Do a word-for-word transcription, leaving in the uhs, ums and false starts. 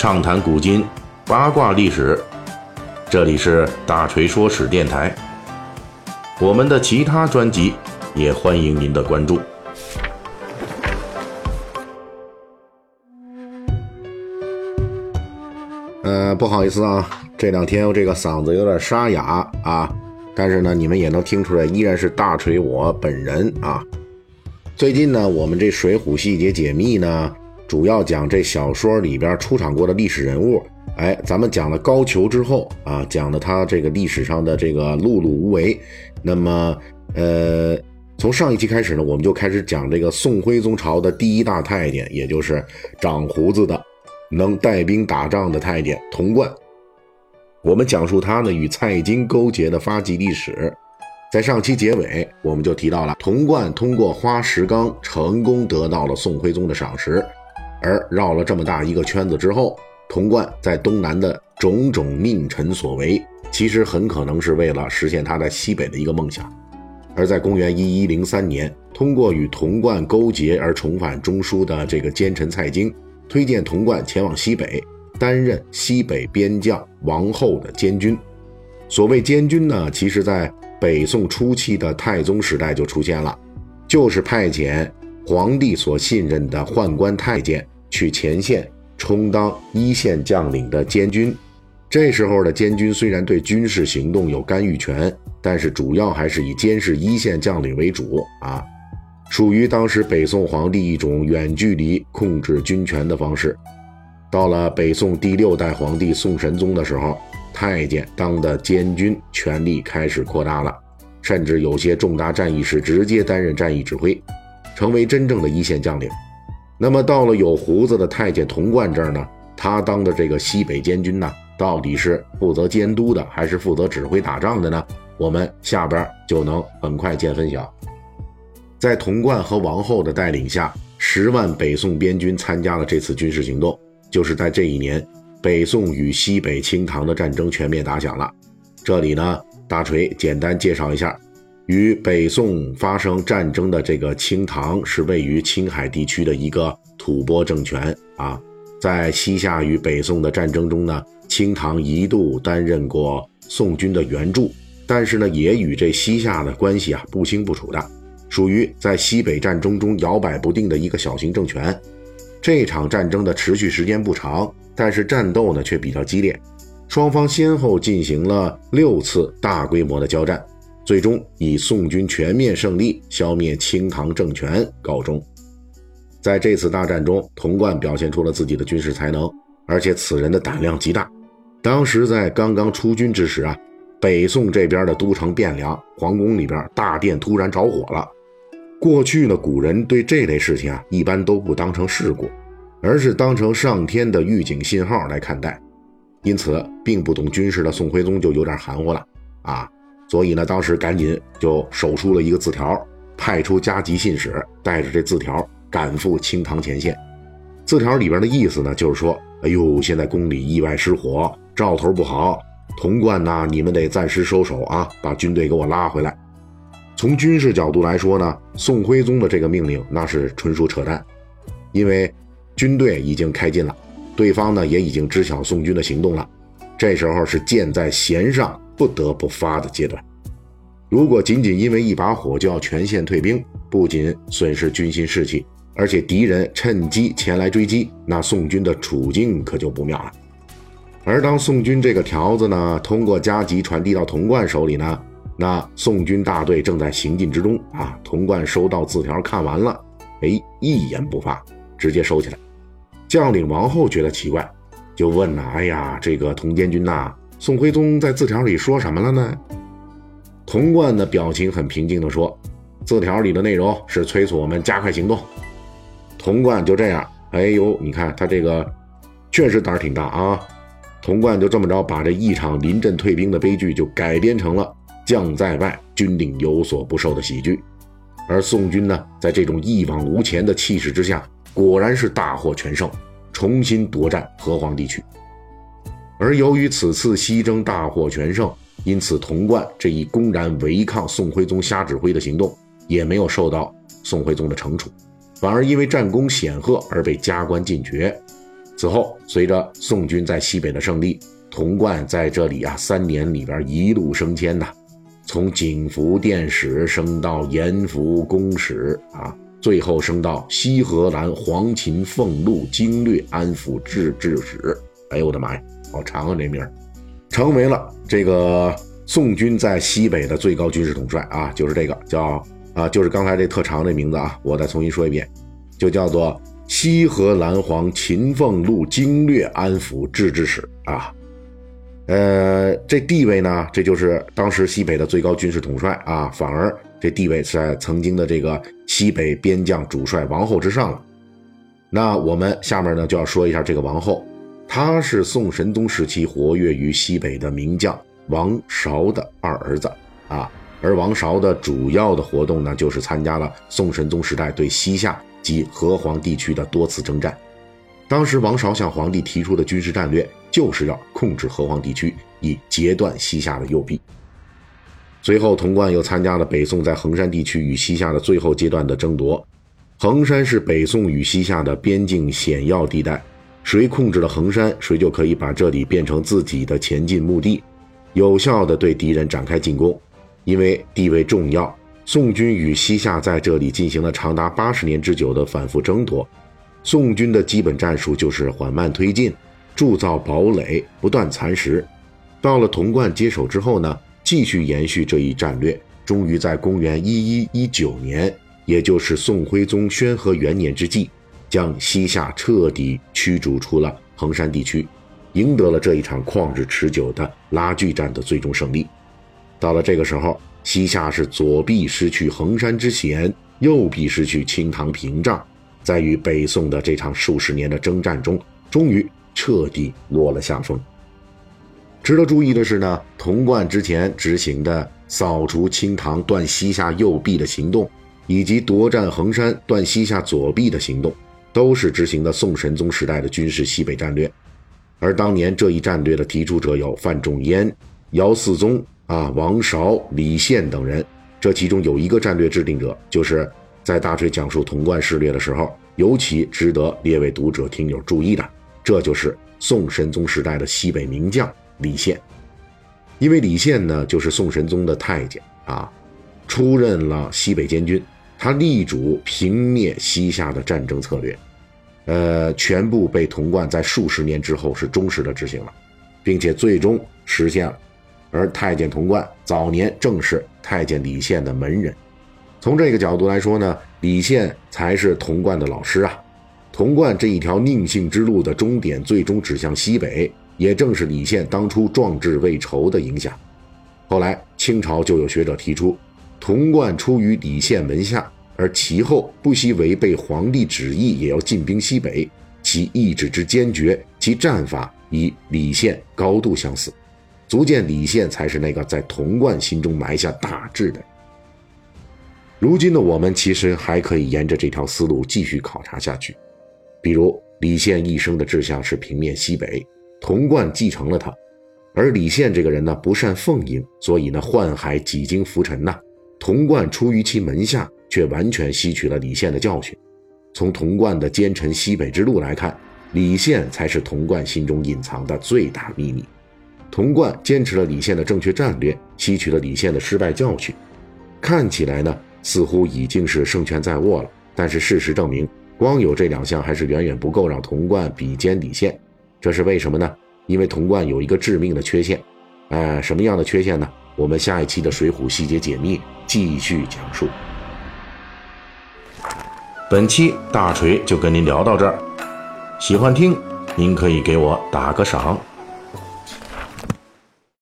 畅谈古今，八卦历史。这里是大锤说史电台。我们的其他专辑也欢迎您的关注。 呃，不好意思啊，这两天我这个嗓子有点沙哑啊，但是呢，你们也能听出来，依然是大锤我本人啊。最近呢，我们这《水浒细节解密》呢，主要讲这小说里边出场过的历史人物。哎，咱们讲了高俅之后啊，讲了他这个历史上的这个碌碌无为。那么，呃，从上一期开始呢，我们就开始讲这个宋徽宗朝的第一大太监，也就是长胡子的、能带兵打仗的太监童贯。我们讲述他呢与蔡京勾结的发迹历史。在上期结尾，我们就提到了童贯通过花石纲成功得到了宋徽宗的赏识，而绕了这么大一个圈子之后，童贯在东南的种种佞臣所为，其实很可能是为了实现他在西北的一个梦想。而在公元一一零三年，通过与童贯勾结而重返中枢的这个奸臣蔡京，推荐童贯前往西北，担任西北边将王后的监军。所谓监军呢，其实在北宋初期的太宗时代就出现了，就是派遣皇帝所信任的宦官太监去前线充当一线将领的监军。这时候的监军虽然对军事行动有干预权，但是主要还是以监视一线将领为主啊，属于当时北宋皇帝一种远距离控制军权的方式。到了北宋第六代皇帝宋神宗的时候，太监当的监军权力开始扩大了，甚至有些重大战役时直接担任战役指挥，成为真正的一线将领。那么到了有胡子的太监童贯这儿呢，他当的这个西北监军呢，到底是负责监督的还是负责指挥打仗的呢？我们下边就能很快见分晓。在童贯和王后的带领下，十万北宋边军参加了这次军事行动。就是在这一年，北宋与西北清唐的战争全面打响了。这里呢，大锤简单介绍一下，与北宋发生战争的这个清唐是位于青海地区的一个吐蕃政权啊。在西夏与北宋的战争中呢，清唐一度担任过宋军的援助，但是呢，也与这西夏的关系啊不清不楚的，属于在西北战争中摇摆不定的一个小型政权。这场战争的持续时间不长，但是战斗呢却比较激烈，双方先后进行了六次大规模的交战，最终以宋军全面胜利消灭清唐政权告终。在这次大战中，童贯表现出了自己的军事才能，而且此人的胆量极大。当时在刚刚出军之时啊，北宋这边的都城汴梁皇宫里边大殿突然着火了。过去呢，古人对这类事情啊，一般都不当成事故，而是当成上天的预警信号来看待。因此，并不懂军事的宋徽宗就有点含糊了啊。所以呢，当时赶紧就手书了一个字条，派出加急信使带着这字条赶赴清唐前线。字条里边的意思呢，就是说，哎呦，现在宫里意外失火，兆头不好，童贯呐，你们得暂时收手啊，把军队给我拉回来。从军事角度来说呢，宋徽宗的这个命令那是纯属扯淡，因为军队已经开进了，对方呢也已经知晓宋军的行动了，这时候是箭在弦上不得不发的阶段。如果仅仅因为一把火就要全线退兵，不仅损失军心士气，而且敌人趁机前来追击，那宋军的处境可就不妙了。而当宋军这个条子呢通过加急传递到童贯手里呢，那宋军大队正在行进之中啊，童贯收到字条看完了，哎，一言不发，直接收起来。将领王后觉得奇怪，就问了，哎呀，这个童监军呐，宋徽宗在字条里说什么了呢？童贯的表情很平静地说，字条里的内容是催促我们加快行动。童贯就这样，哎呦，你看他这个确实胆儿挺大啊。童贯就这么着把这一场临阵退兵的悲剧就改编成了将在外，军令有所不受的喜剧。而宋军呢，在这种一往无前的气势之下，果然是大获全胜，重新夺占河湟地区。而由于此次西征大获全胜，因此童贯这一公然违抗宋徽宗瞎指挥的行动也没有受到宋徽宗的惩处，反而因为战功显赫而被加官进爵。 此后，随着宋军在西北的胜利，童贯在这里啊三年里边一路升迁呐、啊，从景福殿使升到盐福公使啊，最后升到西河兰黄秦俸禄经略安抚制置使。哎呦我的妈呀，好长啊这名，成为了这个宋军在西北的最高军事统帅啊，就是这个叫啊，就是刚才这特长这名字啊，我再重新说一遍，就叫做西河兰黄秦俸禄经略安抚制置使啊。呃，这地位呢，这就是当时西北的最高军事统帅啊，反而这地位是在曾经的这个西北边将主帅王后之上了。那我们下面呢就要说一下这个王后，她是宋神宗时期活跃于西北的名将王韶的二儿子啊，而王韶的主要的活动呢，就是参加了宋神宗时代对西夏及河湟地区的多次征战。当时王韶向皇帝提出的军事战略就是要控制河湟地区，以截断西夏的右臂。随后童贯又参加了北宋在衡山地区与西夏的最后阶段的争夺。衡山是北宋与西夏的边境险要地带，谁控制了衡山，谁就可以把这里变成自己的前进目的，有效地对敌人展开进攻。因为地位重要，宋军与西夏在这里进行了长达八十年之久的反复争夺。宋军的基本战术就是缓慢推进，铸造堡垒，不断蚕食。到了童贯接手之后呢，继续延续这一战略，终于在公元一一一九年，也就是宋徽宗宣和元年之际，将西夏彻底驱逐出了衡山地区，赢得了这一场旷日持久的拉锯战的最终胜利。到了这个时候，西夏是左臂失去衡山之险，右臂失去清塘屏障，在与北宋的这场数十年的征战中，终于彻底落了下风。值得注意的是呢，童贯之前执行的扫除清塘断西夏右臂的行动，以及夺占衡山断西夏左臂的行动，都是执行的宋神宗时代的军事西北战略。而当年这一战略的提出者有范仲淹、姚嗣宗啊、王韶、李宪等人，这其中有一个战略制定者，就是在大锤讲述童贯事略的时候，尤其值得列位读者听友注意的，这就是宋神宗时代的西北名将李宪。因为李宪呢，就是宋神宗的太监啊，出任了西北监军，他力主平灭西夏的战争策略，呃，全部被童贯在数十年之后是忠实的执行了，并且最终实现了。而太监童贯早年正是太监李宪的门人。从这个角度来说呢，李宪才是童贯的老师啊。童贯这一条佞幸之路的终点最终指向西北，也正是李宪当初壮志未酬的影响。后来清朝就有学者提出，童贯出于李宪门下，而其后不惜违背皇帝旨意也要进兵西北，其意志之坚决，其战法与李宪高度相似，足见李宪才是那个在童贯心中埋下大志的人。如今的我们其实还可以沿着这条思路继续考察下去，比如李宪一生的志向是平面西北，童贯继承了他，而李宪这个人呢不善奉迎，所以呢宦海几经浮沉呐，童贯出于其门下，却完全吸取了李宪的教训。从童贯的奸臣西北之路来看，李宪才是童贯心中隐藏的最大秘密。童贯坚持了李宪的正确战略，吸取了李宪的失败教训，看起来呢似乎已经是胜券在握了，但是事实证明，光有这两项还是远远不够让童贯比肩李宪。这是为什么呢？因为童贯有一个致命的缺陷，呃，什么样的缺陷呢？我们下一期的水浒细节解密继续讲述。 本期大锤就跟您聊到这儿，喜欢听您可以给我打个赏。